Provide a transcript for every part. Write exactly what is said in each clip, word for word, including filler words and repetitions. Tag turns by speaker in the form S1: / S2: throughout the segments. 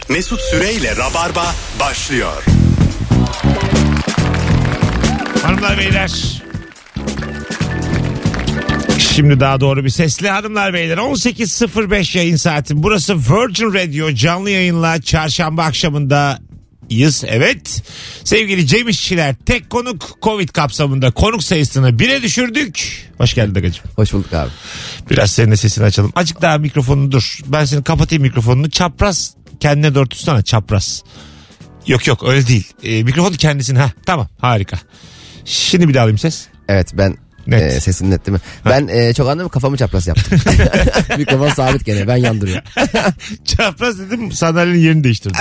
S1: Mesut Süreyle Rabarba başlıyor.
S2: Hanımlar beyler. Şimdi daha doğru bir sesli hanımlar beyler. on sekiz sıfır beş yayın saati. Burası Virgin Radio canlı yayınla çarşamba akşamındayız. Evet. Sevgili Cem İşçiler, tek konuk Covid kapsamında konuk sayısını bire düşürdük. Hoş geldin Dagacığım.
S3: Hoş bulduk abi.
S2: Biraz senin de sesini açalım. Azıcık daha mikrofonunu dur. Ben senin kapatayım mikrofonunu. Çapraz kendine doğru tutsana, çapraz. Yok yok öyle değil. E, mikrofonu kendisine. Ha tamam, harika. Şimdi bir daha alayım ses.
S3: Evet ben
S2: Net.
S3: e, sesim net değil mi? Ha. Ben e, çok anladım, kafamı çapraz yaptım. Mikrofon sabit gene, ben yandırıyorum.
S2: Çapraz dedim, sandalyenin yerini değiştirdim.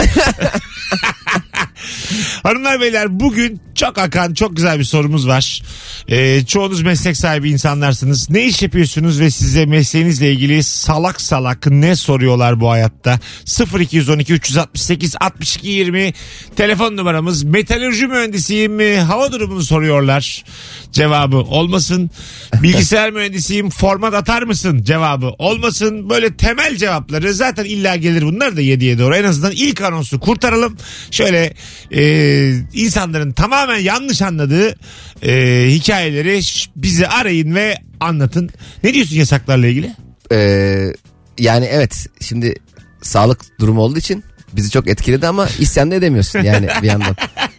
S2: Hanımlar beyler, bugün çok akan çok güzel bir sorumuz var. Ee, çoğunuz meslek sahibi insanlarsınız. Ne iş yapıyorsunuz ve size mesleğinizle ilgili salak salak ne soruyorlar bu hayatta? sıfır iki on iki üç altı sekiz altmış iki yirmi telefon numaramız. Metalürji mühendisiyim mi? Hava durumunu soruyorlar. Cevabı olmasın. Bilgisayar mühendisiyim, format atar mısın? Cevabı olmasın. Böyle temel cevapları zaten illa gelir, bunlar da yediye doğru. En azından ilk anonsu kurtaralım. Şöyle e, insanların tamamen yanlış anladığı e, hikayeleri bizi arayın ve anlatın. Ne diyorsun yasaklarla ilgili?
S3: Ee, yani evet, şimdi sağlık durumu olduğu için bizi çok etkiledi ama isyan da edemiyorsun yani bir yandan.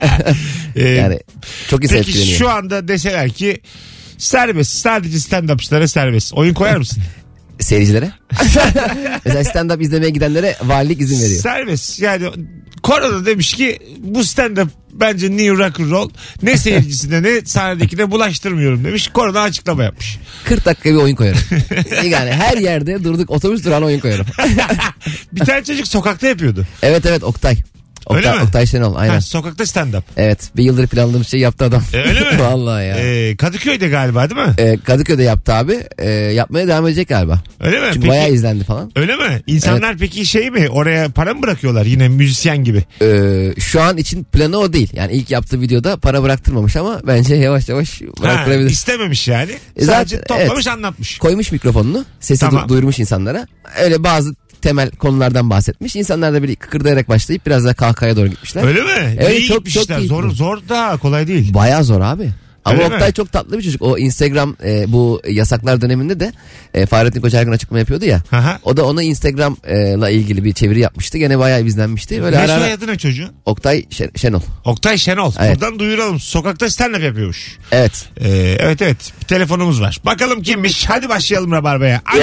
S3: Yani çok insan
S2: Peki
S3: etkileniyor.
S2: şu anda deseler ki serbest, sadece stand-upçılara serbest, oyun koyar mısın?
S3: Seyircilere. Mesela stand-up izlemeye gidenlere valilik izin veriyor.
S2: Serbest yani. Korona demiş ki bu stand-up bence new rock and roll, ne seyircisine ne sahnedekine bulaştırmıyorum demiş. Korona açıklama yapmış.
S3: kırk dakika bir oyun koyarım. Yani her yerde durduk otobüs durağına oyun koyarım.
S2: Bir tane çocuk sokakta yapıyordu.
S3: Evet evet, Oktay.
S2: Öyle
S3: Oktay,
S2: mi?
S3: Oktay Şenol aynen.
S2: Ha, sokakta stand-up.
S3: Evet, bir yıldır planladığım şey yaptı adam.
S2: E, öyle mi?
S3: Vallahi ya.
S2: Ee, Kadıköy'de galiba değil mi?
S3: Ee, Kadıköy'de yaptı abi. Ee, yapmaya devam edecek galiba.
S2: Öyle mi?
S3: Çünkü
S2: Peki,
S3: bayağı izlendi falan.
S2: öyle mi? İnsanlar peki şey mi? Oraya para mı bırakıyorlar? Yine müzisyen gibi.
S3: Ee, şu an için planı o değil. Yani ilk yaptığı videoda para bıraktırmamış ama bence yavaş yavaş bıraktırabilir.
S2: Ha, istememiş yani.
S3: E,
S2: Sadece
S3: zaten,
S2: toplamış,
S3: evet.
S2: anlatmış.
S3: Koymuş mikrofonunu. Sesi
S2: Tamam.
S3: du- duyurmuş insanlara. Öyle bazı temel konulardan bahsetmiş. İnsanlar da bir kıkırdayarak başlayıp biraz daha kahkahaya doğru gitmişler.
S2: Öyle mi?
S3: Evet,
S2: İyi
S3: çok-
S2: gitmişler.
S3: çok iyi.
S2: Zor, zor da kolay değil.
S3: Bayağı zor abi. Ama
S2: Öyle
S3: Oktay
S2: mi?
S3: çok tatlı bir çocuk. O Instagram e, bu yasaklar döneminde de e, Fahrettin Koç her gün açıklama yapıyordu ya.
S2: Aha.
S3: O da ona Instagram'la ilgili bir çeviri yapmıştı. Gene bayağı izlenmişti. Böyle
S2: Ne
S3: ara ara...
S2: soyadı ne çocuğun?
S3: Oktay Şen- Şenol.
S2: Oktay Şenol.
S3: Evet.
S2: Buradan duyuralım. Sokakta stand-up yapıyormuş.
S3: Evet.
S2: Ee, evet evet. Bir telefonumuz var. Bakalım kimmiş? Hadi başlayalım Rabarba'ya. Alo.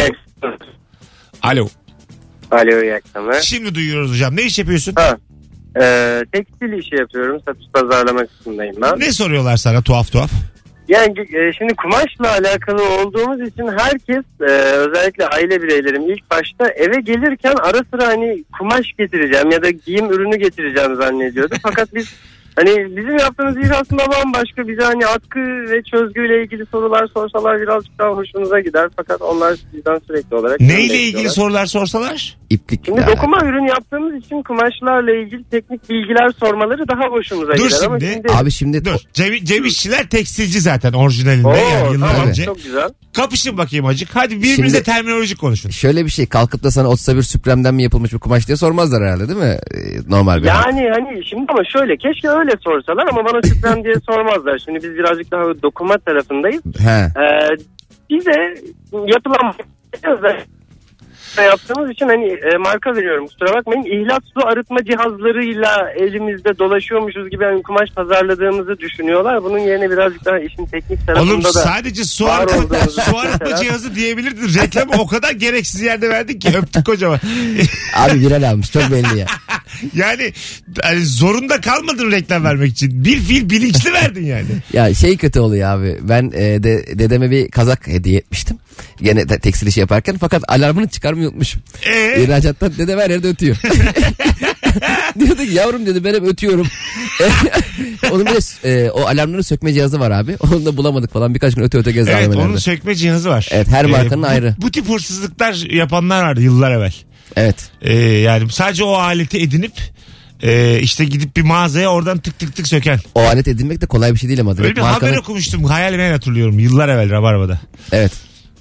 S2: Alo.
S4: Alo, iyi akşamlar.
S2: Şimdi duyuyoruz hocam. Ne iş yapıyorsun?
S4: Ha, e, tekstil işi yapıyorum. Satış pazarlama kısmındayım ben.
S2: Ne soruyorlar sana tuhaf tuhaf?
S4: Yani e, şimdi kumaşla alakalı olduğumuz için herkes e, özellikle aile bireylerim ilk başta eve gelirken ara sıra hani kumaş getireceğim ya da giyim ürünü getireceğim zannediyordu. Fakat biz hani bizim yaptığımız iş aslında bambaşka. Bize hani atkı ve çözgüyle ilgili sorular sorsalar birazcık daha hoşumuza gider. Fakat onlar bizden sürekli olarak...
S2: Neyle ilgili sorular sorsalar?
S3: İplik.
S4: Şimdi
S3: ya.
S4: dokuma ürün yaptığımız için kumaşlarla ilgili teknik bilgiler sormaları daha hoşumuza
S2: Dur
S4: gider. Ama
S2: şimdi.
S4: şimdi...
S3: Abi şimdi
S2: Dur. Cem, Cem İşçiler tekstilci zaten orijinalinde.
S4: Oo,
S2: yani yıllar
S4: tamam,
S2: önce.
S4: çok güzel.
S2: Kapışın bakayım acık. Hadi birbirinize
S3: Şimdi-
S2: terminolojik konuşun.
S3: şöyle bir şey, kalkıp da sana otuz bir Supreme'den mi yapılmış bir kumaş diye sormazlar herhalde, değil mi? Ee, normal bir.
S4: Yani hani şimdi ama şöyle keşke öyle sorsalar ama bana Süprem diye sormazlar. Şimdi biz birazcık daha dokuma tarafındayız.
S3: He.
S4: Ee, bize yapılan özel yaptığımız için hani e, marka veriyorum, kusura bakmayın. İhlat su arıtma cihazlarıyla elimizde dolaşıyormuşuz gibi hani kumaş pazarladığımızı düşünüyorlar. Bunun yerine birazcık daha işin teknik tarafında
S2: Oğlum
S4: da
S2: sadece su
S4: var
S2: arıtma,
S4: olduğumuzu
S2: su arıtma
S4: mesela.
S2: cihazı diyebilirdin. Reklamı o kadar gereksiz yerde verdik ki öptük kocaman.
S3: Abi viral almış, çok belli ya.
S2: Yani hani zorunda kalmadın reklam vermek için. Bir fiil bilinçli verdin yani.
S3: Ya şey kötü oluyor abi. Ben e, de, dedeme bir kazak hediye etmiştim. Gene de, tekstil işi yaparken, fakat alarmını çıkarmayı unutmuşum.
S2: Ee?
S3: İhracattan dedem her yerde ötüyor. Diyordu ki yavrum dedi, ben hep ötüyorum. Onun bir de e, o alarmları sökme cihazı var abi. Onu da bulamadık falan. Birkaç gün öte öte gezdi.
S2: Evet,
S3: A V M'lerde.
S2: onun sökme cihazı var.
S3: Evet, her markanın
S2: bu,
S3: ayrı.
S2: Bu tip hırsızlıklar yapanlar vardı yıllar evvel.
S3: Evet.
S2: Ee, yani sadece o aleti edinip e, işte gidip bir mağazaya oradan tık tık tık söken.
S3: O alet edinmek de kolay bir şey değil ama.
S2: Öyle bir
S3: Markanın...
S2: haber okumuştum. Hayal ben hatırlıyorum. Yıllar evvel Rabarba'da.
S3: Evet.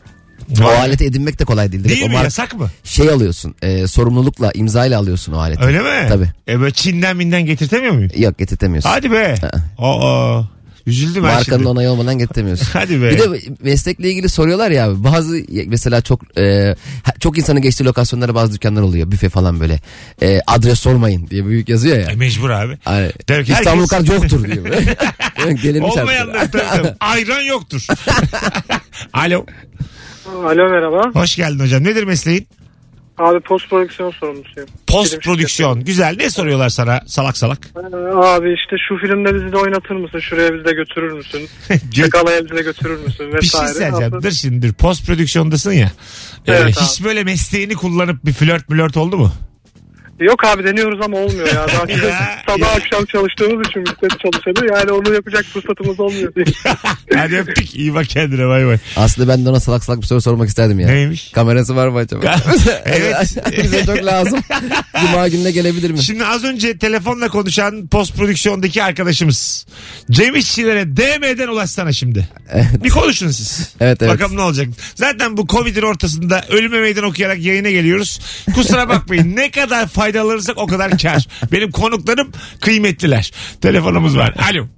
S3: O aleti edinmek de kolay değil.
S2: Değil
S3: o
S2: mi?
S3: mar-
S2: Yasak mı?
S3: Şey alıyorsun. E, sorumlulukla, imzayla alıyorsun o aleti.
S2: Öyle mi?
S3: Tabii.
S2: E böyle Çin'den minden getirtemiyor muyum?
S3: Yok, getirtemiyorsun.
S2: Hadi be. Aa. Üzüldüm ben
S3: Markanın
S2: şimdi.
S3: onayı olmadan getiremiyorsun.
S2: Hadi be.
S3: Bir de meslekle ilgili soruyorlar ya abi. Bazı mesela çok e, çok insanın geçtiği lokasyonlara bazı dükkanlar oluyor. Büfe falan böyle. E, adres sormayın diye büyük yazıyor ya.
S2: E, mecbur abi.
S3: Hani,
S2: Demek ki
S3: İstanbul
S2: herkes-
S3: kart yoktur diyor. Delirmiş
S2: Olmayanlar
S3: artık.
S2: tabii tabii. Ayran yoktur. Alo.
S5: Alo merhaba.
S2: Hoş geldin hocam. Nedir mesleğin?
S5: Abi post prodüksiyon sorumlusuyum.
S2: Post
S5: Film
S2: prodüksiyon. Güzel. Ne soruyorlar sana salak salak?
S5: şirketi. Ee, abi işte şu filmde bizi de oynatır mısın? Şuraya bizi de götürür müsün? Şakalaya bizi de götürür müsün?
S2: Bir şey
S5: Vesaire.
S2: söyleyeceğim.
S5: Aslında-
S2: Dur şimdi dur. Post prodüksiyondasın ya.
S5: Evet
S2: Ee, hiç
S5: abi.
S2: böyle mesleğini kullanıp bir flört mülört oldu mu?
S5: Yok abi deniyoruz ama olmuyor ya. Daha şimdi
S2: Ya,
S5: sabah
S2: ya.
S5: akşam çalıştığımız için biz çalışanı yani onu yapacak fırsatımız olmuyor diye.
S2: Hadi öptük. İyi bak kendine. Bay bay.
S3: Aslında ben de ona salak salak bir soru sormak isterdim ya.
S2: Neymiş?
S3: Kamerası var mı acaba?
S2: Evet.
S3: Bize çok lazım. Cuma gününe gelebilir mi?
S2: Şimdi az önce telefonla konuşan post prodüksiyondaki arkadaşımız Cem İşçilere D M'den ulaşsana şimdi. Bir konuşun siz.
S3: Evet, evet.
S2: Bakalım ne olacak. Zaten bu Covid'in ortasında ölüme meydan okuyarak yayına geliyoruz. Kusura bakmayın. Ne kadar faydalanırsak o kadar kar. Benim konuklarım kıymetliler. Telefonumuz var. Alo.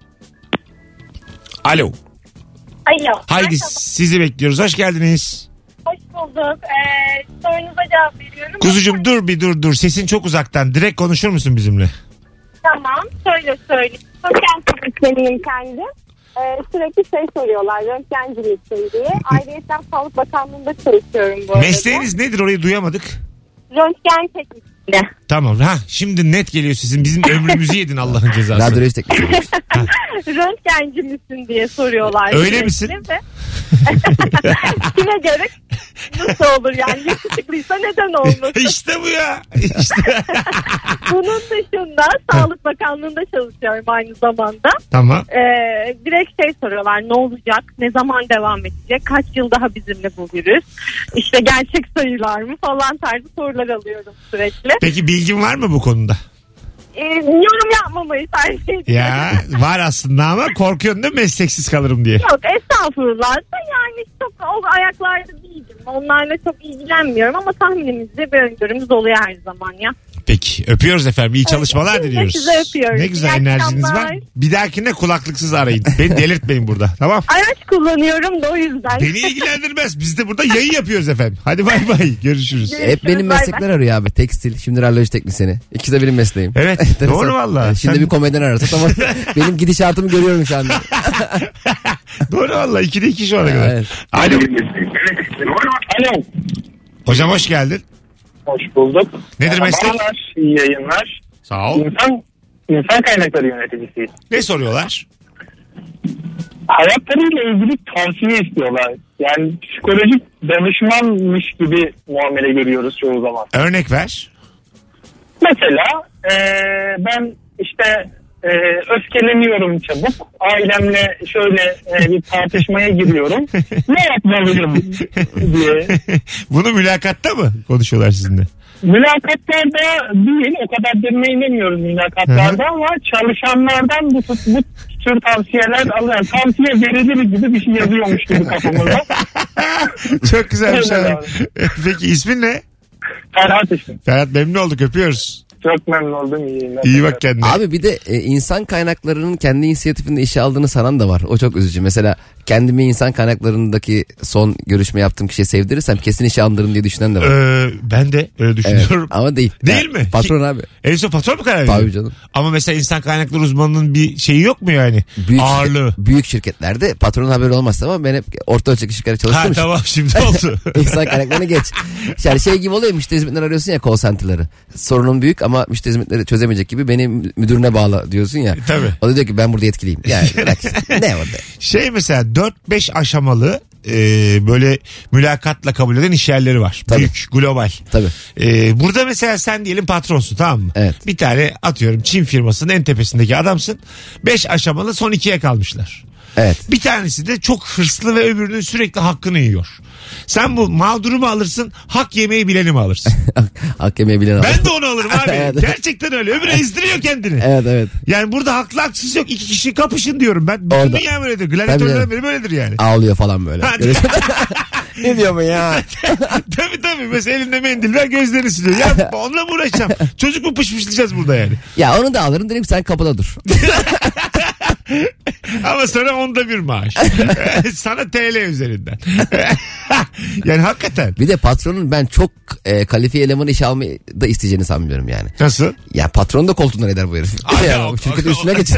S2: Alo.
S6: Alo.
S2: Haydi
S6: Merhaba.
S2: sizi bekliyoruz. Hoş geldiniz.
S6: Hoş bulduk. Ee, sorunuza cevap veriyorum.
S2: Kuzucuğum dur bir dur dur. Sesin çok uzaktan. Direkt konuşur musun bizimle?
S6: Tamam. Şöyle söyleyeyim. Röntgen teknisyeniyim kendim. Ee, sürekli şey soruyorlar. Röntgenci misin diye. Ayrıyeten Sağlık Bakanlığı'nda çalışıyorum bu arada.
S2: Mesleğiniz nedir? Orayı duyamadık.
S6: Röntgen teknisyeni.
S2: Tamam. Ha şimdi net geliyor sizin. Bizim ömrümüzü yedin Allah'ın cezası.
S3: Radyoloji teknisyeni.
S6: Röntgenci misin diye soruyorlar.
S2: Öyle
S6: sürekli
S2: misin?
S6: ve- Kime gerek nasıl olur yani yakışıklıysa neden olmasın?
S2: İşte bu ya. İşte.
S6: Bunun dışında Sağlık Bakanlığı'nda çalışıyorum aynı zamanda.
S2: Tamam.
S6: Ee, direkt şey soruyorlar, ne olacak, ne zaman devam edecek, kaç yıl daha bizimle bu virüs, işte gerçek sayılar mı falan tarzı sorular alıyorum sürekli.
S2: Peki bilgin var mı bu konuda?
S6: Ee, yorum yapmamayı tercih ediyorum.
S2: Ya var aslında ama korkuyorsun değil mi mesleksiz kalırım diye.
S6: Yok estağfurullah da yani çok o ayaklarda değilim. Onlarla çok ilgilenmiyorum ama tahminimizde bir öngörümüz oluyor her zaman ya.
S2: Peki öpüyoruz efendim. İyi çalışmalar
S6: biz de
S2: diliyoruz.
S6: size öpüyoruz.
S2: Ne güzel
S6: İyi
S2: enerjiniz
S6: akşamlar.
S2: var. Bir dahakine kulaklıksız arayın. Beni delirtmeyin burada. Tamam.
S6: Araç kullanıyorum da o yüzden.
S2: Beni ilgilendirmez. Biz de burada yayın yapıyoruz efendim. Hadi bay bay. Görüşürüz.
S3: Hep benim
S6: Bay bay.
S3: meslekler arıyor abi. Tekstil, şimdi radyoloji teknisyeni. İkisi de benim mesleğim.
S2: Evet.
S3: Enteresan.
S2: Doğru valla.
S3: Yani şimdi
S2: Sen-
S3: bir komedyen arasa ama benim gidişatımı görüyorum şu anda.
S2: Doğru valla. İkide iki şu ana kadar.
S3: Evet.
S2: Alo.
S5: Alo.
S2: Hocam hoş geldin.
S5: Hoş bulduk.
S2: Nedir meslek?
S5: Merhabalar, iyi yayınlar.
S2: Sağ ol.
S5: İnsan, insan kaynakları yöneticisiyiz.
S2: Ne soruyorlar?
S5: Hayatlarıyla ilgili tavsiye istiyorlar. Yani psikolojik danışmanmış gibi muamele görüyoruz çoğu zaman.
S2: Örnek ver.
S5: Mesela eee, ben işte eee, öfkeleniyorum çabuk. Ailemle şöyle eee, bir tartışmaya giriyorum. Ne yapmalıyım diye.
S2: Bunu mülakatta mı konuşuyorlar sizinle?
S5: Mülakatlarda değil, o kadar deneyimlemiyoruz mülakatlarda ama çalışanlardan bu, bu tür tavsiyeler alıyor. Tavsiye verilir gibi bir şey yazıyormuş gibi kafamızda.
S2: Çok güzelmiş
S5: Evet
S2: abi. Peki ismin ne?
S5: Ferhat işte.
S2: Ferhat memnun olduk öpüyoruz.
S5: Çok memnun oldum. İyi yayınlar.
S2: İyi bak kendine.
S3: Abi bir de e, insan kaynaklarının kendi inisiyatifinde işe aldığını sanan da var. O çok üzücü. Mesela kendimi insan kaynaklarındaki son görüşme yaptığım kişiye sevdirirsem kesin işe aldırın diye düşünen de var.
S2: Ee, ben de öyle
S3: Evet,
S2: düşünüyorum.
S3: ama değil.
S2: Değil
S3: Yani
S2: mi?
S3: Patron
S2: Ki-
S3: abi.
S2: En son patron mu karar veriyor?
S3: Tabii canım.
S2: Ama mesela insan kaynakları uzmanının bir şeyi yok mu yani?
S3: Büyük,
S2: Ağırlığı.
S3: şirket- büyük şirketlerde patronun haberi olmazsa ama ben hep orta ölçekli şirketlere
S2: Ha
S3: çalıştığım için
S2: tamam şimdi oldu.
S3: insan kaynaklarını geç. Yani şey gibi oluyor, müşteri hizmetleri arıyorsun ya, call center'ları. Sorunun büyük ama müşteri hizmetleri çözemeyecek gibi beni müdürüne bağla diyorsun ya.
S2: Tabii.
S3: O da diyor ki ben burada yetkiliyim. Yani bak, ne orada?
S2: Şey mesela dört beş aşamalı e, böyle mülakatla kabul eden iş yerleri var.
S3: Tabii.
S2: Büyük, global.
S3: Tabii.
S2: E, burada mesela sen diyelim patronsun tamam mı?
S3: Evet.
S2: Bir tane atıyorum Çin firmasının en tepesindeki adamsın. beş aşamalı son ikiye kalmışlar.
S3: Evet.
S2: Bir tanesi de çok hırslı ve öbürünün sürekli hakkını yiyor. Sen bu mağduru mu alırsın, hak yemeyi bileni mi alırsın?
S3: Hak yemeyi bilen adam.
S2: Ben de onu alırım abi.
S3: Evet.
S2: Gerçekten öyle. Öbürü ezdiriyor kendini.
S3: Evet evet.
S2: Yani burada haklı haksız yok. İki kişi kapışın diyorum ben. Bütün
S3: Orada.
S2: dünya böyledir. Gladiatörler beri böyledir yani.
S3: Ağlıyor falan böyle.
S2: Ha,
S3: Ne diyor bu ya?
S2: tabii tabii. Mesela elinde mendil ver, gözlerini siliyor. Ya onunla mı uğraşacağım? Çocuk mu pışpışlayacağız burada yani?
S3: Ya onu da alırım, dedim sen kapıda dur.
S2: Ama sana onda bir maaş. Sana T L üzerinden. Yani hakikaten.
S3: Bir de patronun ben çok e, kalifiye elemanı işe almayı da isteyeceğini sanmıyorum yani.
S2: Nasıl?
S3: Ya patron da koltuğundan eder bu herif.
S2: Ay,
S3: Yani
S2: o-
S3: bu şirketi
S2: o-
S3: üstüne geçir.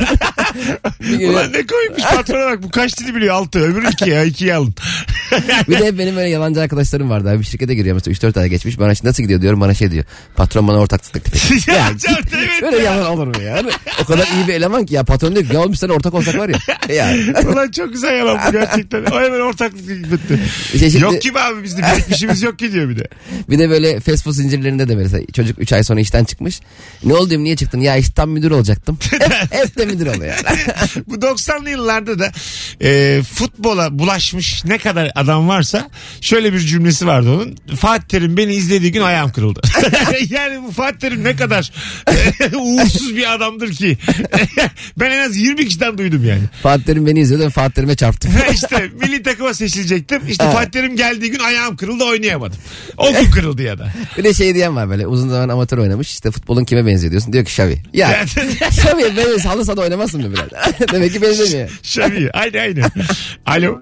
S2: Ulan ne koymuş patrona bak. Bu kaç dili biliyor? Altı. Öbürü iki ya. İkiyi alın.
S3: Bir de benim öyle yalancı arkadaşlarım vardı. Abi bir şirkete giriyor mesela üç dört ay geçmiş. Bana şimdi nasıl gidiyor diyorum, bana şey diyor. Patron bana ortaklık teklif ediyor.
S2: Ya
S3: Ya
S2: canım,
S3: git,
S2: evet
S3: böyle
S2: ya.
S3: yalan olur mu ya? Hani o kadar iyi bir eleman ki ya, patron diyor ki ya olmuş sana ortak olsak var ya. Ya.
S2: Ulan çok güzel yalan bu gerçekten. O hemen ortaklık bitti.
S3: İşte şimdi-
S2: Yok ki be abi, bizde birikmişimiz yok ki diyor bir de.
S3: Bir de böyle fast food zincirlerinde de mesela çocuk üç ay sonra işten çıkmış. Ne oldu diyorum, niye çıktın? Ya işten müdür olacaktım. hep, hep de müdür oluyor yani.
S2: Bu doksanlı yıllarda da e, futbola bulaşmış ne kadar adam varsa şöyle bir cümlesi vardı onun. Fatih Terim beni izlediği gün ayağım kırıldı. Yani bu Fatih Terim ne kadar e, uğursuz bir adamdır ki. Ben en az yirmi kişiden duydum yani.
S3: Fatih Terim beni izliyordu, ben Fatih Terim'e çarptım.
S2: İşte milli takıma seçilecektim. İşte
S3: Evet.
S2: Fatih Terim geldiği gün ayağım kırıldı, oynayamadım. O gün kırıldı ya da.
S3: Bir de şey diyen var böyle, uzun zaman amatör oynamış, işte futbolun kime benziyor diyorsun, diyor ki Xavi. Ya Xavi benziyor, halı sahada oynamazsın mı birader? Demek ki benzemiyor.
S2: Şavi. Aynı aynı. Alo.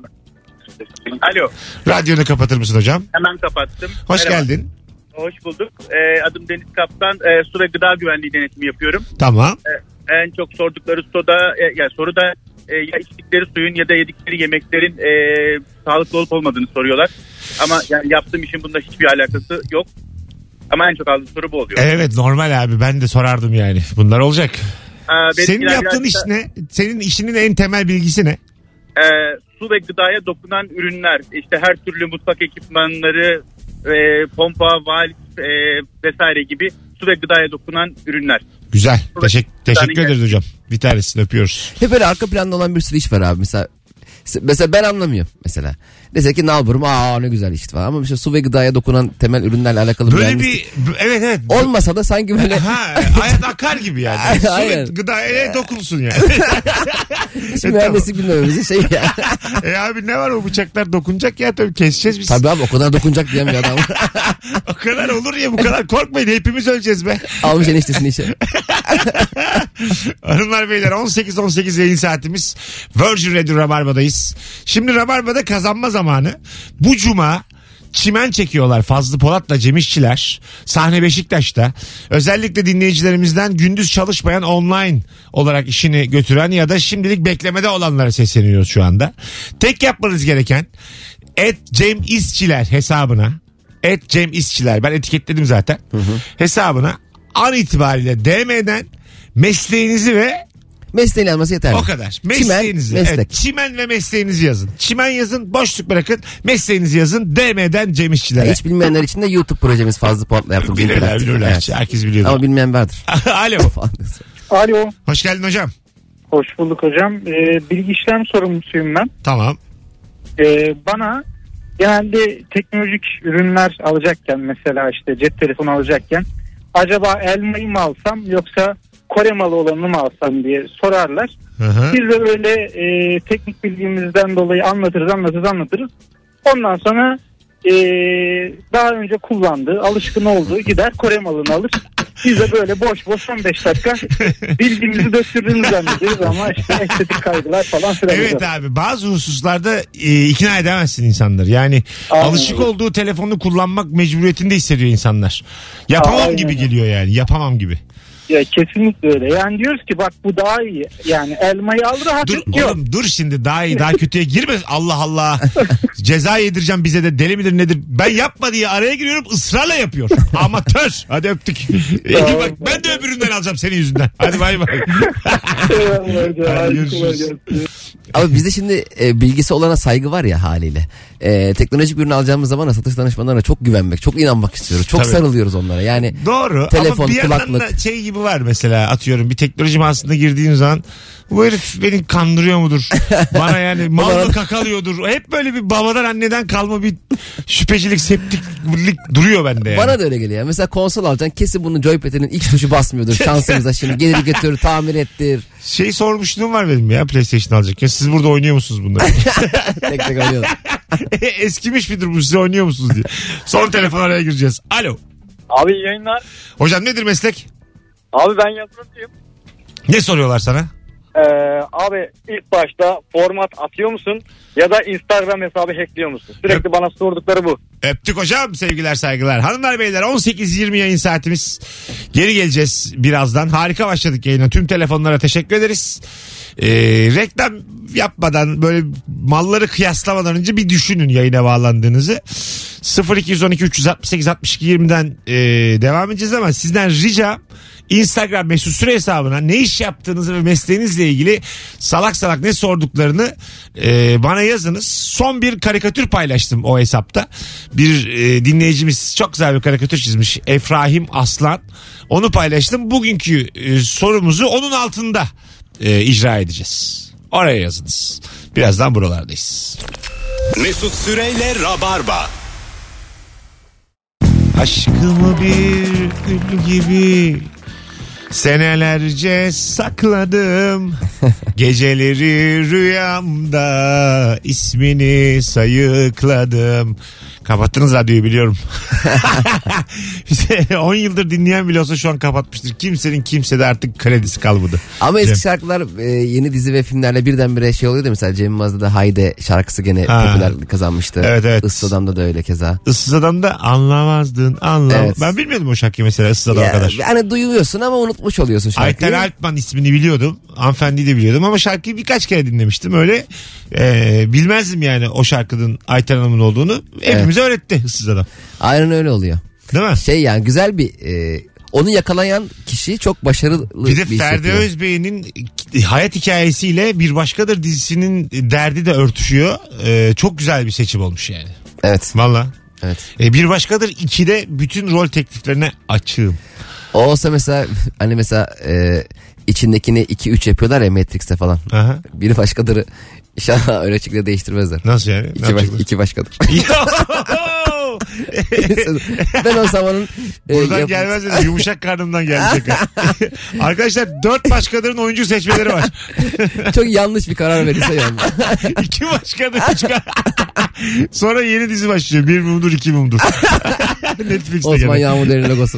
S7: Alo.
S2: Radyonu kapatır mısın hocam?
S7: Hemen kapattım.
S2: Hoş
S7: Merhaba.
S2: geldin.
S7: Hoş bulduk. Ee, adım Deniz Kaptan. Ee, su ve gıda güvenliği denetimi yapıyorum.
S2: Tamam.
S7: Ee, en çok sordukları soruda, e, yani soruda e, ya içtikleri suyun ya da yedikleri yemeklerin e, sağlıklı olup olmadığını soruyorlar. Ama yani yaptığım işin bunda hiçbir alakası yok. Ama en çok aldığım soru bu oluyor.
S2: Evet normal abi, ben de sorardım yani. Bunlar olacak.
S7: Ee,
S2: Senin
S7: benimkiler
S2: yaptığın iş
S7: biraz da,
S2: ne? Senin işinin en temel bilgisi ne?
S7: e, su ve gıdaya dokunan ürünler. İşte her türlü mutfak ekipmanları, e, pompa, valv e, vesaire gibi su ve gıdaya dokunan ürünler.
S2: Güzel. Teşek- teşekkür
S7: tane
S2: ederiz hocam. Bir tanesini öpüyoruz.
S3: Hep böyle arka planda olan bir sürü iş var abi. Mesela mesela ben anlamıyorum mesela. Dese ki nalburum, aa ne güzel iş var. Ama mesela su ve gıdaya dokunan temel ürünlerle alakalı
S2: Böyle
S3: mühendislik-
S2: bir evet evet.
S3: olmasa da sanki böyle
S2: Ha, hayat akar gibi yani. Su ve
S3: Aynen.
S2: gıdaya dokunsun yani.
S3: hiç mühendislik bilmememizin şey ya.
S2: E abi ne var, o bıçaklar dokunacak ya, tabii keseceğiz biz.
S3: Tabii abi, o kadar dokunacak diyen bir adam.
S2: O kadar olur ya, bu kadar korkmayın, hepimiz öleceğiz be.
S3: Almış eniştesini işe.
S2: Hanımlar beyler, on sekiz on sekiz yayın saatimiz. Virgin Radio Rabarba'dayız. Şimdi Rabarba'da kazanma zamanı. Bu cuma çimen çekiyorlar Fazlı Polat'la Cem İşçiler. Sahne Beşiktaş'ta. Özellikle dinleyicilerimizden gündüz çalışmayan, online olarak işini götüren ya da şimdilik beklemede olanlara sesleniyoruz şu anda. Tek yapmanız gereken et Cem İşçiler hesabına, et Cem İşçiler, ben etiketledim zaten, hı hı. hesabına an itibariyle D M'den mesleğinizi ve
S3: Mesleğini alması yeterli.
S2: o kadar. Mesleğinizi.
S3: Çimen, meslek.
S2: Evet, çimen ve mesleğinizi yazın. Çimen yazın, boşluk bırakın. Mesleğinizi yazın. D M'den Cem İşçilere.
S3: Hiç bilmeyenler için de YouTube projemiz Fazlı Polat'la yaptığımız
S2: Bilirler,
S3: interaktif.
S2: bilirler.
S3: Evet.
S2: Herkes biliyor.
S3: Ama bilmeyen vardır.
S2: Alo.
S5: Alo.
S2: Hoş geldin hocam.
S5: Hoş bulduk hocam. Ee, bilgi işlem sorumlusuyum ben.
S2: Tamam.
S5: Ee, bana genelde teknolojik ürünler alacakken, mesela işte cep telefonu alacakken, acaba elmayı mı alsam yoksa Kore malı olanını mı alsam diye sorarlar.
S2: Hı hı.
S5: Biz de böyle e, teknik bilgimizden dolayı anlatırız anlatırız anlatırız. Ondan sonra e, daha önce kullandığı, alışkın olduğu gider Kore malını alır. Biz de böyle boş boş on beş dakika bilgimizi döktürdüğümüzü zannediyoruz ama işte estetik kaygılar falan filan.
S2: Evet abi, bazı hususlarda e, ikna edemezsin insanları. Yani
S5: Aynen.
S2: alışık olduğu telefonu kullanmak mecburiyetinde hissediyor insanlar. Yapamam
S5: Aynen.
S2: gibi geliyor yani. Yapamam gibi.
S5: Ya kesinlikle öyle. Yani diyoruz ki bak bu daha iyi. Yani elmayı al rahat
S2: Dur
S5: et. Yok.
S2: oğlum, dur şimdi, daha iyi daha kötüye girme. Allah Allah. Ceza yedireceğim bize de, deli midir nedir? Ben yapma diye araya giriyorum, ısrarla yapıyor. Amatör. Hadi öptük. İyi bak, ben de öbüründen alacağım senin yüzünden. Hadi bay bay.
S5: Eyvallah hocam.
S2: Hadi
S5: Hadi
S2: görüşürüz.
S5: kolay gelsin.
S3: Ama bizde şimdi e, bilgisi olana saygı var ya haliyle. e, teknolojik bir ürün alacağımız zaman da satış danışmanlarına çok güvenmek, çok inanmak istiyoruz. Çok
S2: Tabii.
S3: sarılıyoruz onlara. Yani
S2: doğru.
S3: telefon,
S2: ama bir yandan
S3: kulaklık.
S2: da şey gibi var mesela, atıyorum bir teknoloji mağazasına girdiğin zaman bu herif beni kandırıyor mudur? Bana yani mal mı kakalıyordur? Hep böyle bir babadan anneden kalma bir şüphecilik, septiklik duruyor bende yani.
S3: Bana da öyle geliyor. Mesela konsol alacaksın, kesin bunun joypad'inin X tuşu basmıyordur. Şansımıza şimdi gelir götür, tamir ettir.
S2: Şey sormuşluğum var benim ya PlayStation alacakken. Siz burada oynuyor musunuz bunları?
S3: Tek tek oynuyorlar.
S2: Eskimiş midir bu, size oynuyor musunuz diye. Son telefon araya gireceğiz. Alo.
S8: Abi iyi yayınlar.
S2: Hocam nedir meslek?
S8: Abi ben yazılımcıyım.
S2: Ne soruyorlar sana?
S8: Ee, abi ilk başta format atıyor musun ya da Instagram hesabı hackliyor musun? Sürekli bana sordukları bu.
S2: Öptük hocam, sevgiler saygılar. Hanımlar beyler, on sekiz yirmi yayın saatimiz. Geri geleceğiz birazdan. Harika başladık yayına. Tüm telefonlara teşekkür ederiz. Ee, reklam yapmadan, böyle malları kıyaslamadan önce bir düşünün yayına bağlandığınızı. sıfır iki on iki üç altı sekiz altmış iki yirmiden e, devam edeceğiz ama sizden ricam Instagram mesut süre hesabına ne iş yaptığınızı ve mesleğinizle ilgili salak salak ne sorduklarını e, bana yazınız. Son bir karikatür paylaştım o hesapta. Bir e, dinleyicimiz çok güzel bir karikatür çizmiş. Efrahim Aslan. Onu paylaştım. Bugünkü e, sorumuzu onun altında e, icra edeceğiz. Oraya yazınız. Birazdan buralardayız.
S1: Mesut Süreyle Rabarba.
S2: Aşkımı bir gül gibi senelerce sakladım. Geceleri rüyamda ismini sayıkladım. Kapattınız radyoyu biliyorum. on yıldır dinleyen bile olsa şu an kapatmıştır. Kimsenin kimsede artık kredisi kalmadı.
S3: Ama eski
S2: Cem.
S3: şarkılar e, yeni dizi ve filmlerle birdenbire şey oluyordu. Mesela Cem Yılmaz'da da Hayde şarkısı gene
S2: Ha.
S3: popülerlik kazanmıştı.
S2: Evet, evet.
S3: Issız Adam'da da öyle keza.
S2: Issız Adam'da anlamazdın anlam.
S3: Evet.
S2: Ben bilmiyordum o şarkıyı mesela Issız Adam
S3: Ya,
S2: kadar.
S3: yani duyuyorsun ama unutmuş oluyorsun şarkıyı.
S2: Ayten Alpman ismini biliyordum. Hanımefendiyi de biliyordum ama şarkıyı birkaç kere dinlemiştim. Öyle e, bilmezdim yani o şarkının Ayten Hanım'ın olduğunu. Hepimize evet. öğretti Issız Adam.
S3: Aynen öyle oluyor.
S2: Değil mi?
S3: Şey yani güzel bir e, onu yakalayan kişi çok başarılı
S2: Bir
S3: bir,
S2: de
S3: iş
S2: Ferdi
S3: yapıyor.
S2: Özbey'in hayat hikayesiyle Bir Başkadır dizisinin derdi de örtüşüyor. Ee, çok güzel bir seçim olmuş yani.
S3: Evet.
S2: Valla.
S3: Evet.
S2: Ee, Bir Başkadır ikide bütün rol tekliflerine açığım.
S3: O olsa mesela hani mesela e, içindekini iki üç yapıyorlar ya Matrix'te falan.
S2: Aha.
S3: Biri başkadırı inşallah öyle şekilde değiştirmezler.
S2: Nasıl yani?
S3: İki, baş, iki başkadır. Ben o zamanın e,
S2: Buradan
S3: yap-
S2: gelmez dedi. Yumuşak karnımdan gelecek. Arkadaşlar dört başkadırın oyuncu seçmeleri var.
S3: çok yanlış bir karar verirse yani.
S2: İki başkadır. Üç kadın. Sonra yeni dizi başlıyor. Bir mumdur, iki mumdur. Netflix'te
S3: Osman
S2: gene.
S3: Yağmurder'in logosu.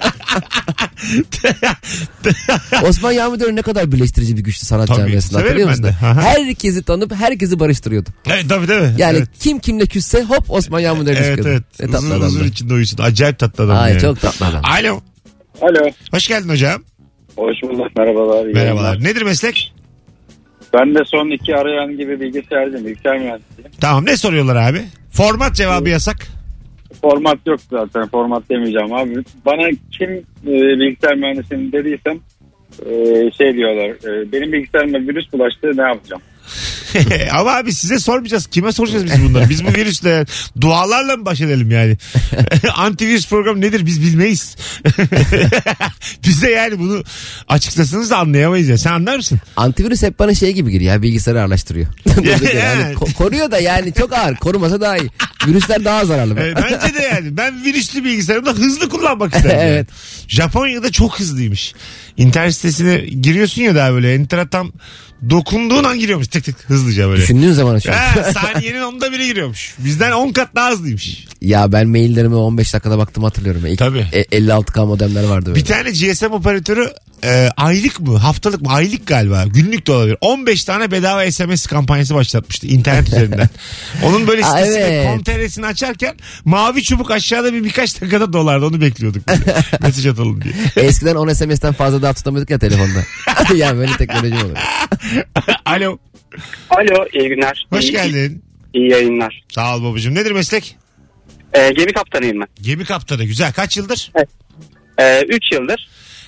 S3: Osman Yağmurder ne kadar birleştirici bir güçlü sanat
S2: Tabii,
S3: camiasında,
S2: severim
S3: hatırlıyor musun?
S2: ben de. Aha.
S3: Herkesi tanıp herkesi barıştırıyordu.
S2: Evet tabii değil mi?
S3: Yani
S2: evet.
S3: kim kimle küsse hop Osman Yağmurder
S2: Evet
S3: çıkıyordu.
S2: evet.
S3: Ne tatlı
S2: Huzur,
S3: adamdı.
S2: huzur içinde uyusun. Acayip tatlı adam.
S3: Ay
S2: yani.
S3: çok tatlı adam.
S2: Alo.
S8: Alo.
S2: Hoş geldin hocam.
S8: Hoş bulduk, merhabalar. iyi
S2: Merhabalar.
S8: yayınlar.
S2: Nedir meslek?
S8: Ben de son iki arayan gibi bilgisayarcıyım. Bilgisayar mühendisiyim.
S2: Tamam, ne soruyorlar abi? Format cevabı yasak.
S8: Format yok zaten. Format demeyeceğim abi. Bana kim e, bilgisayar mühendisiyim dediysem e, şey diyorlar. E, benim bilgisayarıma virüs bulaştı, ne yapacağım?
S2: Ama abi size sormayacağız. Kime soracağız biz bunları? Biz bu virüsle dualarla mı baş edelim yani? Antivirüs programı nedir biz bilmeyiz. Bize yani bunu açıklasanız da anlayamayız ya. Sen anlar mısın?
S3: Antivirüs hep bana şey gibi geliyor ya, bilgisayarı ağırlaştırıyor.
S2: Yani.
S3: yani, ko- koruyor da yani çok ağır. Korumasa daha iyi. Virüsler daha zararlı.
S2: E, bence de yani. Ben virüslü bilgisayarımda hızlı kullanmak isterim.
S3: Evet.
S2: Yani. Japonya'da çok hızlıymış. İnternet sitesine giriyorsun ya daha böyle. Enter'a tam dokunduğun an giriyormuş tık tık hızlıca böyle.
S3: Düşündüğün zaman açıyor.
S2: Ha, saniyenin onda biri giriyormuş. Bizden on kat daha hızlıymış.
S3: Ya ben maillerime on beş dakikada baktım, hatırlıyorum. İlk
S2: Tabii.
S3: e- elli altı K modemler vardı böyle.
S2: Bir tane G S M operatörü e, aylık mı haftalık mı aylık galiba günlük de olabilir. on beş tane bedava S M S kampanyası başlatmıştı internet üzerinden. Onun böyle
S3: Aa,
S2: sitesini
S3: evet.
S2: com nokta tr'sini açarken mavi çubuk aşağıda bir birkaç dakikada dolardı, onu bekliyorduk. Mesaj atalım diye.
S3: Eskiden on S M S'ten fazla daha tutamıyorduk ya telefonda. Yani böyle teknoloji olur.
S2: Alo.
S9: Alo, iyi günler.
S2: Hoş
S9: iyi,
S2: geldin.
S9: İyi yayınlar.
S2: Sağ ol babacığım. Nedir meslek?
S9: Ee, gemi kaptanıyım ben.
S2: Gemi kaptanı. Güzel. Kaç yıldır?
S9: Ee, üç yıldır.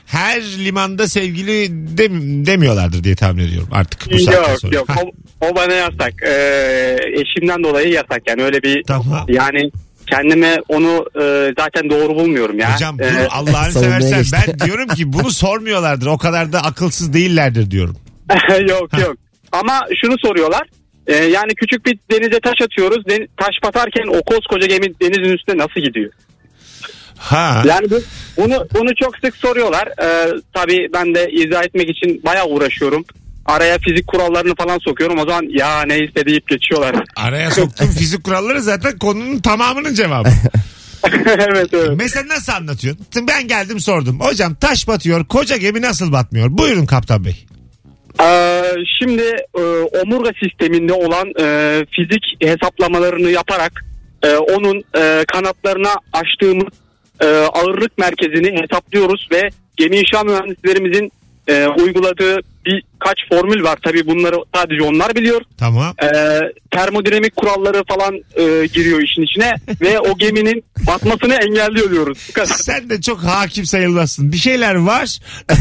S2: her limanda sevgili dem- demiyorlardır diye tahmin ediyorum artık bu saatten
S9: Yok
S2: sonra.
S9: yok
S2: Ha,
S9: o, o bana yasak. Ee, eşimden dolayı yasak yani öyle bir
S2: Tamam.
S9: yani kendime onu e, zaten doğru bulmuyorum ya.
S2: Hocam dur
S9: Ee,
S2: Allah'ını
S3: Savunmaya
S2: seversen
S3: geçti.
S2: ben diyorum ki bunu sormuyorlardır. O kadar da akılsız değillerdir diyorum.
S9: yok yok ama şunu soruyorlar. Ee, yani küçük bir denize taş atıyoruz. Den- taş batarken o koskoca gemi denizin üstüne nasıl gidiyor?
S2: Ha.
S9: Yani bu, bunu bunu çok sık soruyorlar. Ee, tabii ben de izah etmek için bayağı uğraşıyorum. Araya fizik kurallarını falan sokuyorum. O zaman ya neyse deyip geçiyorlar.
S2: Araya soktuğum fizik kuralları zaten konunun tamamının cevabı.
S9: evet evet.
S2: Mesela nasıl anlatıyorsun? Ben geldim sordum. Hocam taş batıyor, koca gemi nasıl batmıyor? Buyurun kaptan bey.
S9: Ee, şimdi e, omurga sisteminde olan e, fizik hesaplamalarını yaparak e, onun e, kanatlarına açtığımız e, ağırlık merkezini hesaplıyoruz ve gemi inşa mühendislerimizin e, uyguladığı birkaç formül var. Tabii bunları sadece onlar biliyor.
S2: Tamam.
S9: E, termodinamik kuralları falan e, giriyor işin içine ve o geminin batmasını engelliyor diyoruz. Bu kadar.
S2: Sen de çok hakim sayılmazsın. Bir şeyler var.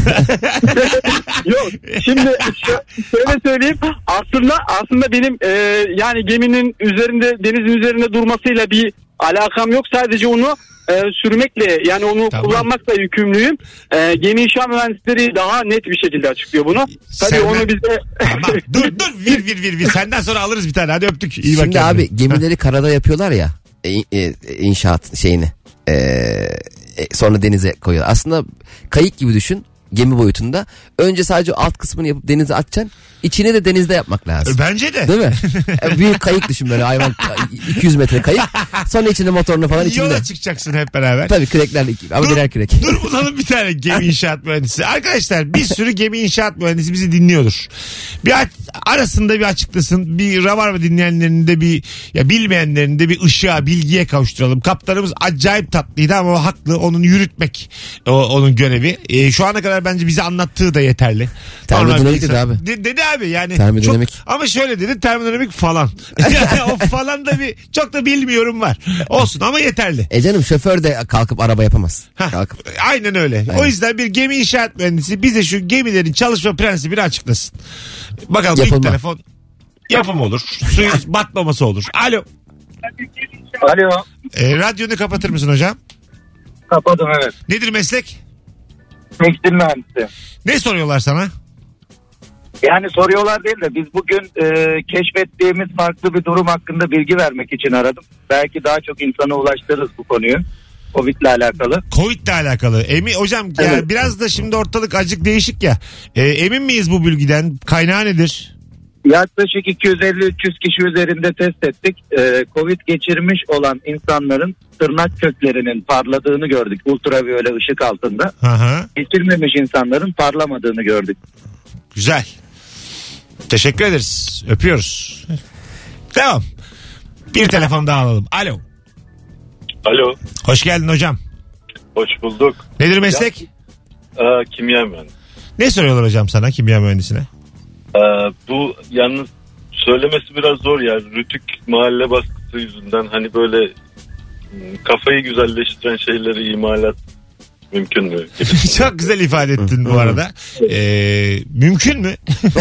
S9: Yok şimdi şu- şöyle söyleyeyim aslında aslında benim e, yani geminin üzerinde denizin üzerinde durmasıyla bir alakam yok sadece onu e, sürmekle yani onu
S2: Tamam.
S9: kullanmakla yükümlüyüm. E, gemi inşa mühendisleri daha net bir şekilde açıklıyor bunu. Tabii
S2: Senden-
S9: onu bize
S2: Tamam. Dur dur vir vir vir vir. Senden sonra alırız bir tane. Hadi öptük. İyi bak
S3: Şimdi
S2: kendine.
S3: abi gemileri karada yapıyorlar ya e, e, inşaat şeyini e, e, sonra denize koyuyorlar. Aslında kayık gibi düşün gemi boyutunda. Önce sadece alt kısmını yapıp denize atacaksın. İçini de denizde yapmak lazım.
S2: Bence de.
S3: Değil mi? E, Büyük kayık düşün böyle hayvan iki yüz metre kayık. Sonra içinde motorunu falan içinde.
S2: Yola çıkacaksın hep beraber.
S3: Tabii küreklerle ama birer kürek.
S2: Dur bulalım bir tane gemi inşaat mühendisi. Arkadaşlar bir sürü gemi inşaat mühendisi bizi dinliyordur. Bir aç- arasında bir açıklasın. Bir Rabarba dinleyenlerin de bir ya bilmeyenlerin de bir ışığa, bilgiye kavuşturalım. Kaptanımız acayip tatlıydı ama o haklı. Onun yürütmek o, onun görevi. E, şu ana kadar bence bize anlattığı da yeterli.
S3: Termodinamik
S2: Normal bir
S3: dedi
S2: insan-
S3: abi.
S2: De- dedi abi yani.
S3: Termodinamik.
S2: Çok, ama şöyle dedi termodinamik falan. Yani o falan da bir çok da bilmiyorum var. Olsun ama yeterli.
S3: E canım şoför de kalkıp araba yapamaz.
S2: Hah,
S3: Kalkıp.
S2: aynen öyle. O yüzden bir gemi inşaat mühendisi bize şu gemilerin çalışma prensibini açıklasın. Bakalım ilk
S3: Yapılma.
S2: telefon yapım olur. Suyun batmaması olur. Alo.
S8: Alo.
S2: E, radyonu kapatır mısın hocam?
S8: Kapadım evet.
S2: Nedir meslek?
S8: Tekstil mühendisi.
S2: Ne soruyorlar sana?
S8: Yani soruyorlar değil de biz bugün e, keşfettiğimiz farklı bir durum hakkında bilgi vermek için aradım. Belki daha çok insana ulaştırırız bu konuyu. Covid'le alakalı.
S2: Covid'le alakalı. Emi, hocam ya
S8: Evet.
S2: biraz da şimdi ortalık acık değişik ya. E, emin miyiz bu bilgiden? Kaynağı nedir?
S8: Yaklaşık iki yüz elli üç yüz kişi üzerinde test ettik. E, Covid geçirmiş olan insanların tırnak köklerinin parladığını gördük. Ultraviyole ışık altında.
S2: Aha.
S8: Geçirmemiş insanların parlamadığını gördük.
S2: Güzel. Teşekkür ederiz. Öpüyoruz. Devam. Bir telefon daha alalım. Alo.
S10: Alo,
S2: Hoş geldin hocam.
S10: hoş bulduk.
S2: Nedir meslek?
S10: Ee, kimya mühendisi.
S2: Ne soruyorlar hocam sana kimya mühendisine?
S10: Ee, bu yalnız söylemesi biraz zor ya. Rütük mahalle baskısı yüzünden hani böyle m, kafayı güzelleştiren şeyleri imalat mümkün mü? Gibi.
S2: Çok güzel ifade ettin bu arada. Ee, mümkün mü?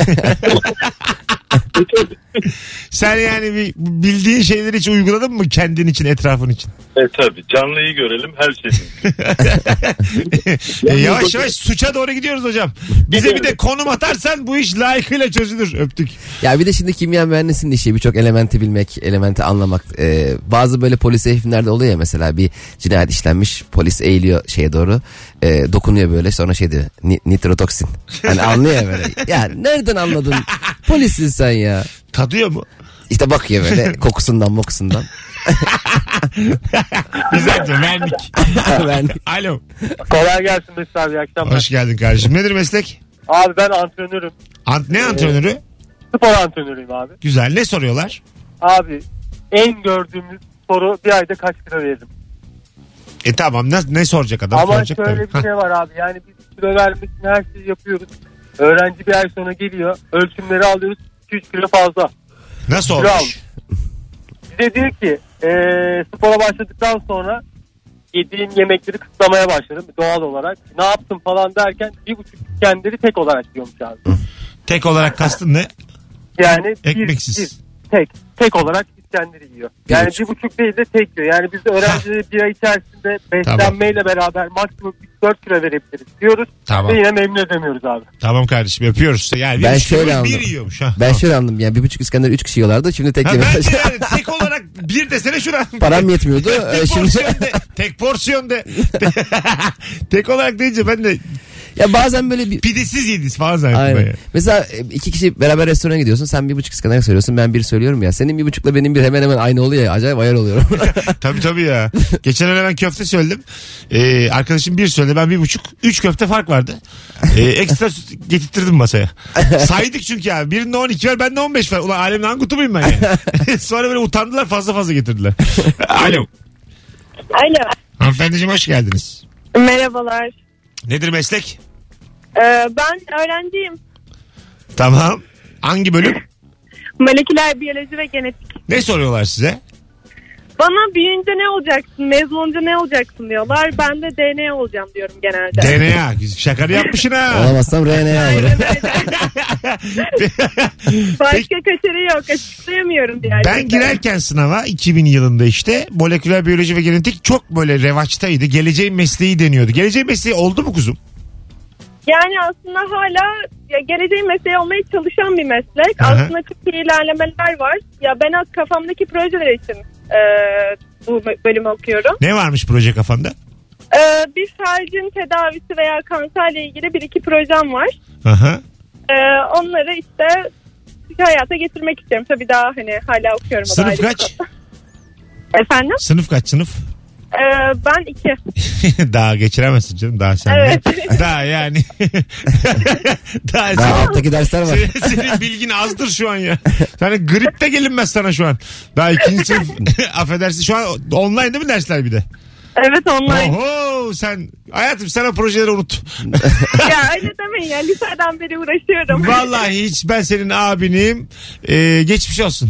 S2: Sen yani bir bildiğin şeyleri hiç uyguladın mı kendin için, etrafın için?
S10: E tabi canlıyı görelim her şey mümkün.
S2: E, yavaş yavaş suça doğru gidiyoruz hocam. Bize bir de konum atarsan bu iş layıkıyla çözülür. Öptük.
S3: Ya bir de şimdi kimya mühendisinin işi birçok elementi bilmek, elementi anlamak. Ee, bazı böyle polis filmlerde oluyor ya mesela bir cinayet işlenmiş, polis eğiliyor şeye doğru, e, dokunuyor böyle sonra şey diyor ni- nitrotoksin. Hani anlıyor ya böyle. Ya nereden anladın? Polissin sen ya.
S2: Tadıyor mu?
S3: İşte bakıyor böyle kokusundan mokusundan.
S2: Güzelce verdik.
S3: Ben
S2: Alo.
S5: Kolay gelsin Mesut abi. İyi akşamlar.
S2: Hoş geldin kardeşim. Nedir meslek?
S5: Abi ben antrenörüm.
S2: Ant ne antrenörü?
S5: Spor antrenörüyüm abi.
S2: Güzel. Ne soruyorlar?
S5: Abi en gördüğümüz soru bir ayda kaç kilo veririm?
S2: E tamam ne, ne soracak adam?
S5: Ama
S2: soracak
S5: şöyle
S2: tabii.
S5: bir şey var abi. Yani biz kilo vermek için her şeyi yapıyoruz. Öğrenci bir ay sonra geliyor. Ölçümleri alıyoruz. iki üç kilo fazla.
S2: Nasıl
S5: Kilo
S2: olmuş?
S5: almış. Bize diyor ki ee, spora başladıktan sonra
S11: yediğim yemekleri kısıtlamaya başladım doğal olarak. Ne yaptım falan derken bir buçuk İskender'i tek olarak yiyormuş abi.
S2: Tek olarak kastın ne?
S11: Yani
S2: ekmeksiz.
S11: Bir, bir, tek. Tek olarak İskender'i yiyor. Yani bir buçuk. bir buçuk değil de tek yiyor. Yani biz de öğrencileri bir ay içerisinde beslenmeyle tamam. beraber maksimum dört kilo verebiliriz diyoruz. Tamam. Ve yine memnun edemiyoruz abi.
S2: Tamam kardeşim yapıyoruz. Yani
S3: ben şöyle anladım.
S2: Bir yiyormuş. Ha.
S3: Ben şöyle anladım. Yani bir buçuk İskender üç kişi yiyorlardı. Şimdi tek
S2: yemeye başladı. Yani tek olarak bir desene şuna.
S3: Param yetmiyordu.
S2: tek
S3: şimdi...
S2: porsiyon de. Tek porsiyon de. Tek olarak deyince ben de
S3: ya bazen böyle bir...
S2: Pidesiz yediniz falan zannettim.
S3: Aynen. Mesela iki kişi beraber restorana gidiyorsun. Sen bir buçuk İskender söylüyorsun. Ben bir söylüyorum ya. Senin bir buçukla benim bir hemen hemen aynı oluyor ya. Acayip ayar oluyorum.
S2: Tabii tabii ya. Geçen öyle ben köfte söyledim. Ee, arkadaşım bir söyledi. Ben bir buçuk. Üç köfte fark vardı. Ee, ekstra getirttirdim masaya. Saydık çünkü abi. Birinde on iki var. Bende on beş var. Ulan alemin angutu muyum ben ya? Sonra böyle utandılar. Fazla fazla getirdiler. Alo.
S6: Alo.
S2: Hanımefendiciğim hoş geldiniz.
S6: Merhabalar.
S2: Nedir meslek?
S6: Ee, ben öğrenciyim.
S2: Tamam. Hangi bölüm?
S6: Moleküler biyoloji ve genetik.
S2: Ne soruyorlar size?
S6: Bana büyüyünce ne olacaksın, mezun olunca ne olacaksın diyorlar. Ben de D N A olacağım diyorum genelde.
S2: D N A. Şakanı yapmışsın ha.
S3: Olamazsam R N A olur.
S6: Başka kaçarı yok. Açıklayamıyorum diğer.
S2: Ben girerken sınava iki bin yılında işte moleküler biyoloji ve genetik çok böyle revaçtaydı. Geleceğin mesleği deniyordu. Geleceğin mesleği oldu mu kuzum?
S6: Yani aslında hala ya geleceğin mesleği olmaya çalışan bir meslek. Aha. Aslında çok iyi ilerlemeler var. Ya ben az kafamdaki projeler için e, bu bölümü okuyorum.
S2: Ne varmış proje kafanda?
S6: E, bir felcin tedavisi veya kanserle ilgili bir iki projem var.
S2: Aha.
S6: E, onları işte hayata getirmek istiyorum. Tabii daha hani hala okuyorum.
S2: Sınıf kaç?
S6: Efendim?
S2: Sınıf kaç sınıf?
S6: Ee, ben iki.
S2: Daha geçiremezsin canım daha sen.
S6: Evet.
S2: Daha yani.
S3: daha, daha alttaki dersler var.
S2: Senin, senin bilgin azdır şu an ya. Yani gripte gelinmez sana şu an. Daha ikinci sınıf affedersin şu an online değil mi dersler bir de?
S6: Evet online.
S2: Oho sen hayatım sen o projeleri unut.
S6: Ya öyle demeyin ya liseden beri uğraşıyorum.
S2: Vallahi hiç ben senin abinim. Ee, geçmiş olsun.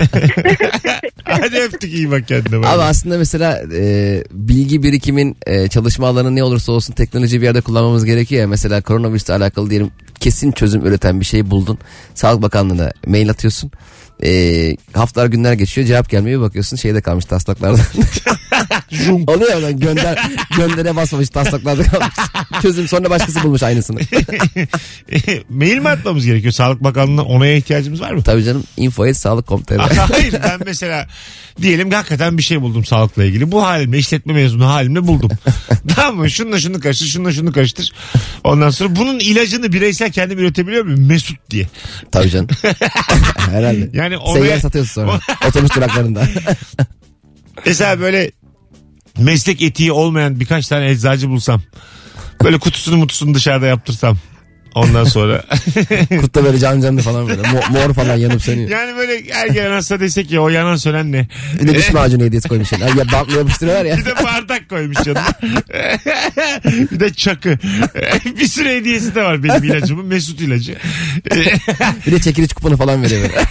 S2: Hadi öptük iyi bak kendine.
S3: Abi aslında mesela e, bilgi birikimin e, çalışma alanı ne olursa olsun teknoloji bir yerde kullanmamız gerekiyor ya. Mesela koronavirüsle alakalı diyelim kesin çözüm üreten bir şey buldun. Sağlık Bakanlığı'na mail atıyorsun. E, haftalar günler geçiyor cevap gelmiyor bir bakıyorsun şeyde kalmış taslaklarda. Oluyor ya gönder göndere basmamış taslaklarda kalmış. Çözüm sonra başkası bulmuş aynısını.
S2: Mail mi atmamız gerekiyor Sağlık Bakanlığı'na onaya ihtiyacımız var mı?
S3: Tabii canım info et sağlık nokta com nokta tr.
S2: Hayır ben mesela diyelim ki hakikaten bir şey buldum sağlıkla ilgili. Bu halimle işletme mezunu halimle buldum. Tamam mı? Şununla şunu karıştır şununla şunu karıştır. Ondan sonra bunun ilacını bireysel kendim üretebiliyor muyum? Mesut diye.
S3: Tabii canım. Herhalde.
S2: Yani
S3: oraya... Seyyar satıyorsun sonra. Otobüs duraklarında.
S2: Mesela böyle meslek etiği olmayan birkaç tane eczacı bulsam. Böyle kutusunu mutusunu dışarıda yaptırsam. Ondan sonra.
S3: Kurtta böyle can canlı falan böyle. Mor, mor falan yanıp sönüyor.
S2: Yani böyle her gelen hasta desek ki o yanan sönen ne?
S3: Bir de diş macunu hediyesi koymuş. Yani ya bantla yapıştırıyorlar ya.
S2: Bir de bardak koymuş canım. Bir de çakı. Bir sürü hediyesi de var benim ilacımın. Mesut ilacı.
S3: Bir de çekiliş kuponu falan veriyor böyle.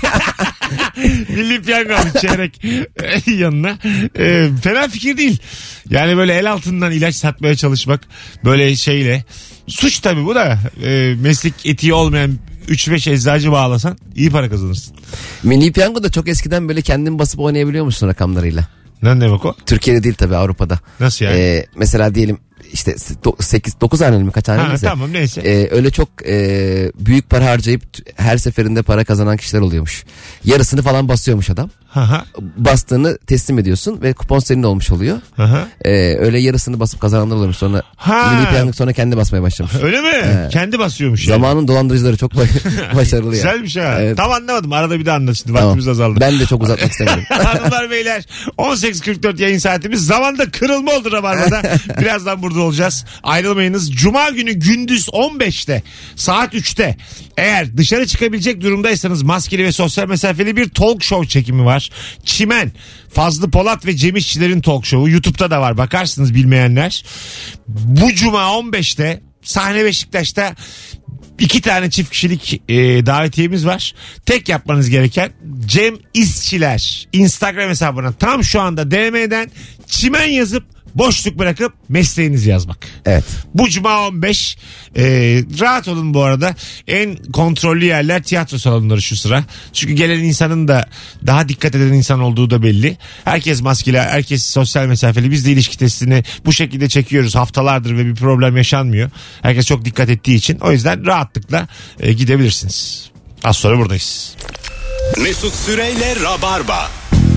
S2: Milli piyango almış çeyrek yanına. E, fena fikir değil. Yani böyle el altından ilaç satmaya çalışmak böyle şeyle. Suç tabii bu da e, meslek etiği olmayan üç beş eczacı bağlasan iyi para kazanırsın.
S3: Milli Piyango da çok eskiden böyle kendin basıp oynayabiliyor musun rakamlarıyla?
S2: Ne demek o?
S3: Türkiye'de değil tabii Avrupa'da.
S2: Nasıl yani? Ee,
S3: mesela diyelim işte sekiz dokuz haneli mi kaç haneli ise.
S2: Tamam neyse.
S3: E, öyle çok e, büyük para harcayıp her seferinde para kazanan kişiler oluyormuş. Yarısını falan basıyormuş adam.
S2: Aha.
S3: Bastığını teslim ediyorsun ve kupon senin olmuş oluyor. Ee, öyle yarısını basıp kazananlar oluyormuş. Sonra Milli Piyango sonra kendi basmaya başlamış.
S2: Öyle mi? Ee, kendi basıyormuş.
S3: Zamanın yani. Dolandırıcıları çok başarılı ya.
S2: Güzelmiş ha. Evet. Tam anlamadım. Arada bir de anlat şimdi.
S3: Tamam.
S2: Vaktimiz azaldı.
S3: Ben de çok uzatmak istemiyorum.
S2: Hanımlar beyler on sekiz kırk dört yayın saatimiz. Zamanda kırılma oldu Rabarba'da. Birazdan burada olacağız. Ayrılmayınız. Cuma günü gündüz on beşte saat üçte eğer dışarı çıkabilecek durumdaysanız maskeli ve sosyal mesafeli bir talk show çekimi var. Çimen, Fazlı Polat ve Cem İşçilerin talk show'u YouTube'da da var bakarsınız bilmeyenler. Bu cuma on beşte sahne Beşiktaş'ta iki tane çift kişilik e, davetiyemiz var. Tek yapmanız gereken Cem İşçiler Instagram hesabına tam şu anda D M'den Çimen yazıp boşluk bırakıp mesleğinizi yazmak.
S3: Evet.
S2: Bu cuma on beş. E, rahat olun bu arada. En kontrollü yerler tiyatro salonları şu sıra. Çünkü gelen insanın da daha dikkat eden insan olduğu da belli. Herkes maskeli, herkes sosyal mesafeli. Biz de ilişki testini bu şekilde çekiyoruz haftalardır ve bir problem yaşanmıyor. Herkes çok dikkat ettiği için. O yüzden rahatlıkla e, gidebilirsiniz. Az sonra buradayız.
S1: Mesut Süreyle Rabarba.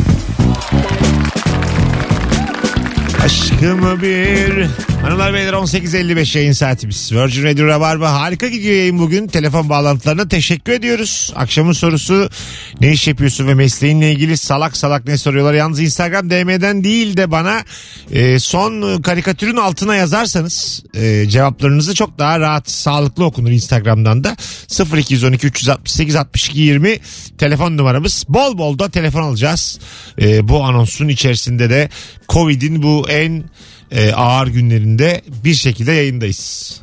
S2: Aşkımı bir... Hanımlar beyler on sekiz elli beş yayın saatimiz. Virgin Radio Rabarba harika gidiyor yayın bugün. Telefon bağlantılarına teşekkür ediyoruz. Akşamın sorusu ne iş yapıyorsun ve mesleğinle ilgili salak salak ne soruyorlar. Yalnız Instagram D M'den değil de bana e, son karikatürün altına yazarsanız e, cevaplarınızı çok daha rahat sağlıklı okunur Instagram'dan da. sıfır iki on iki üç altı sekiz altmış iki yirmi telefon numaramız. Bol bol da telefon alacağız. E, bu anonsun içerisinde de Covid'in bu en e, ağır günlerinde bir şekilde yayındayız.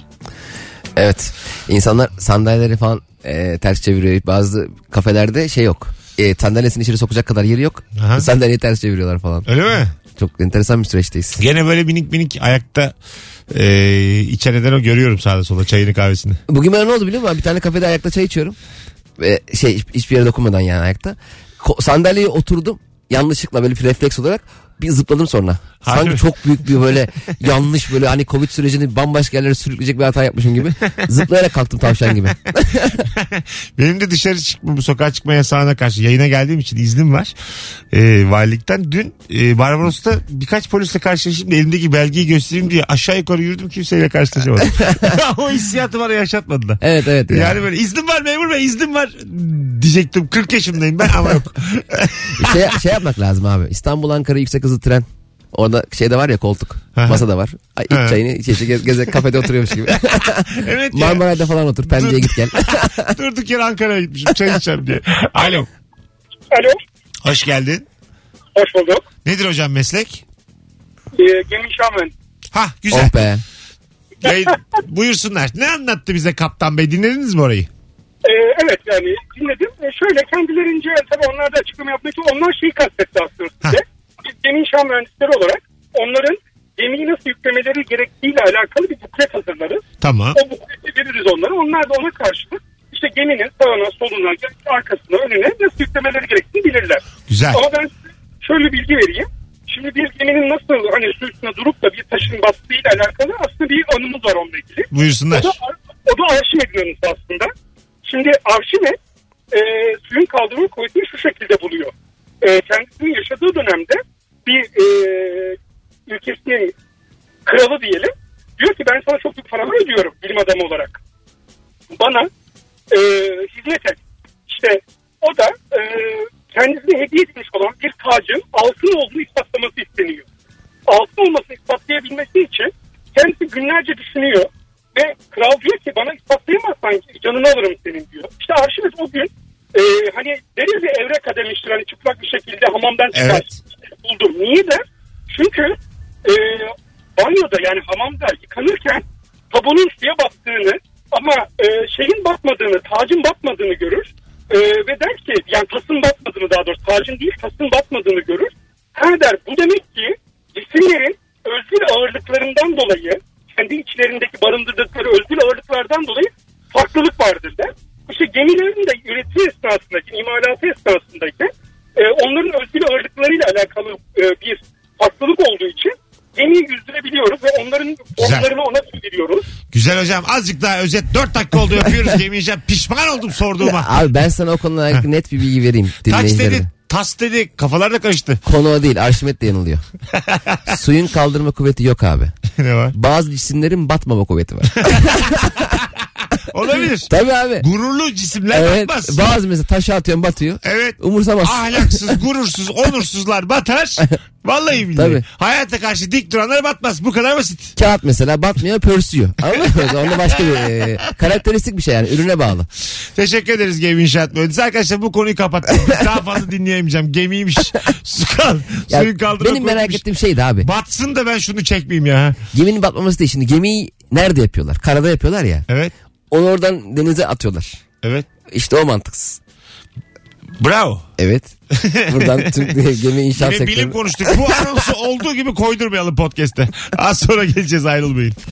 S3: Evet. İnsanlar sandalyeleri falan e, ters çeviriyor. Bazı kafelerde şey yok. E, sandalyesini içeri sokacak kadar yeri yok. Aha. Sandalyeyi ters çeviriyorlar falan.
S2: Öyle mi?
S3: Çok enteresan bir süreçteyiz.
S2: Gene böyle minik minik ayakta e, içeriden o görüyorum sağda sola çayını kahvesini.
S3: Bugün ben ne oldu biliyor musun? Bir tane kafede ayakta çay içiyorum. Ve şey hiçbir yere dokunmadan yani ayakta. Ko- sandalyeye oturdum. Yanlışlıkla böyle bir refleks olarak bir zıpladım sonra.
S2: Hayır.
S3: Sanki çok büyük bir böyle yanlış böyle hani Covid sürecini bambaşka yerlere sürükleyecek bir hata yapmışım gibi. Zıplayarak kalktım tavşan gibi.
S2: Benim de dışarı çıkma, bu sokağa çıkma yasağına karşı yayına geldiğim için iznim var. E, valilikten dün e, Barbaros'ta birkaç polisle karşılaştım da elimdeki belgeyi göstereyim diye aşağı yukarı yürüdüm, kimseyle karşılaşamadım. O hissiyatı bana yaşatmadılar.
S3: Evet evet.
S2: Yani
S3: ya.
S2: böyle iznim var memur bey, iznim var diyecektim, kırk yaşındayım ben ama yok.
S3: şey, şey yapmak lazım abi. İstanbul Ankara yüksek hızlı tren. Orada şeyde var ya koltuk. Masa da var. Ay, iç çayını içe içe geze, geze kafede oturuyormuş gibi.
S2: Evet ya.
S3: Marmaray'da falan otur. Pendik'e git gel.
S2: Durduk yere Ankara'ya gitmişim çay içeceğim diye. Alo.
S12: Alo.
S2: Hoş geldin.
S12: Hoş bulduk.
S2: Nedir hocam meslek?
S12: Ee, gemi şaman.
S2: Ha güzel.
S3: Oh be.
S2: Bey, buyursunlar. Ne anlattı bize kaptan bey? Dinlediniz mi orayı?
S12: Ee, evet yani dinledim. Ee, şöyle kendilerince tabii onlar da açıklama yapmak için onlar şeyi kastetti aslında size. Biz gemi inşa mühendisleri olarak onların gemiyi nasıl yüklemeleri gerektiğiyle alakalı bir buklet hazırlarız.
S2: Tamam.
S12: O bukleti veririz onlara. Onlar da ona karşılık işte geminin sağına, soluna, arkasına, önüne nasıl yüklemeleri gerektiğini bilirler.
S2: Güzel.
S12: Ama ben size şöyle bilgi vereyim. Şimdi bir geminin nasıl hani su üstüne durup da bir taşın bastığıyla alakalı aslında bir anımız var onunla ilgili.
S2: Buyursunlar.
S12: O da, o da Arşimet'in anısı aslında. Şimdi Arşimet e, suyun kaldırma kuvvetini şu şekilde buluyor. E, kendisinin yaşadığı dönemde bir e, ülkesinin kralı diyelim. Diyor ki ben sana çok büyük paralar ödüyorum bilim adamı olarak. Bana e, hizmet et. İşte o da e, kendisine hediye etmiş olan bir tacın altın olduğunu ispatlaması isteniyor. Altın olmasını ispatlayabilmesi için kendisi günlerce düşünüyor. Ve kral diyor ki bana ispatlayamazsan canını alırım senin diyor. İşte Arşimet o gün e, hani deriz ya evreka demiştir hani çıplak bir şekilde hamamdan çıkar. Evet. Buldum. Niye der? Çünkü e, banyoda yani hamamda yıkanırken sabunun suya battığını ama e, şeyin batmadığını, tacın batmadığını görür. E, ve der ki yani tasın batmadığını, daha doğrusu tacın değil tasın batmadığını görür. Ha der bu demek ki cisimlerin özgür ağırlıklarından dolayı kendi içlerindeki barındırdıkları özgür ağırlıklardan dolayı farklılık vardır der. İşte gemilerin de üretim esnasındaki, imalatı esnasındaki e, onların özgür ağırlıklarıyla alakalı e, bir farklılık olduğu için gemiyi yüzdürebiliyoruz ve onların formlarını ona sürdürüyoruz.
S2: Güzel hocam, azıcık daha özet, dört dakika oldu yapıyoruz gemiyeceğim. Pişman oldum sorduğuma.
S3: Abi ben sana o konuda net bir bilgi vereyim.
S2: Taç dedi, tas dedi, kafalar da karıştı.
S3: Konu o değil, Arşimet de yanılıyor. Suyun kaldırma kuvveti yok abi.
S2: Ne var?
S3: Bazı cisimlerin batmama kuvveti var.
S2: Olabilir.
S3: Tabii abi.
S2: Gururlu cisimler
S3: evet,
S2: batmaz.
S3: Bazı mesela taşı atıyorsun batıyor.
S2: Evet.
S3: Umursamaz.
S2: Ahlaksız, gurursuz, onursuzlar batar. Vallahi billahi. Tabii. Hayata karşı dik duranlar batmaz. Bu kadar basit.
S3: Kağıt mesela batmıyor, pörsüyor. Anladın mı? Onda başka bir e, karakteristik bir şey yani, ürüne bağlı.
S2: Teşekkür ederiz Gemi İnşaat Mühendisi. Arkadaşlar bu konuyu kapattım. Daha fazla dinleyemeyeceğim. Gemiymiş. Su kal.
S3: Ya,
S2: suyun kaldırma
S3: benim merak
S2: koymuş.
S3: ettiğim şeydi abi.
S2: Batsın da ben şunu çekmeyeyim ya.
S3: Geminin batmaması değil. Şimdi gemiyi nerede yapıyorlar? Karada yapıyorlar ya.
S2: Evet.
S3: Onu oradan denize atıyorlar.
S2: Evet.
S3: İşte o mantıksız.
S2: Bravo.
S3: Evet. Buradan Türk gemi inşaat
S2: Yine
S3: sektörü.
S2: bilim konuştuk. Bu anonsu olduğu gibi koydurmayalım podcast'te. Az sonra geleceğiz, ayrılmayın.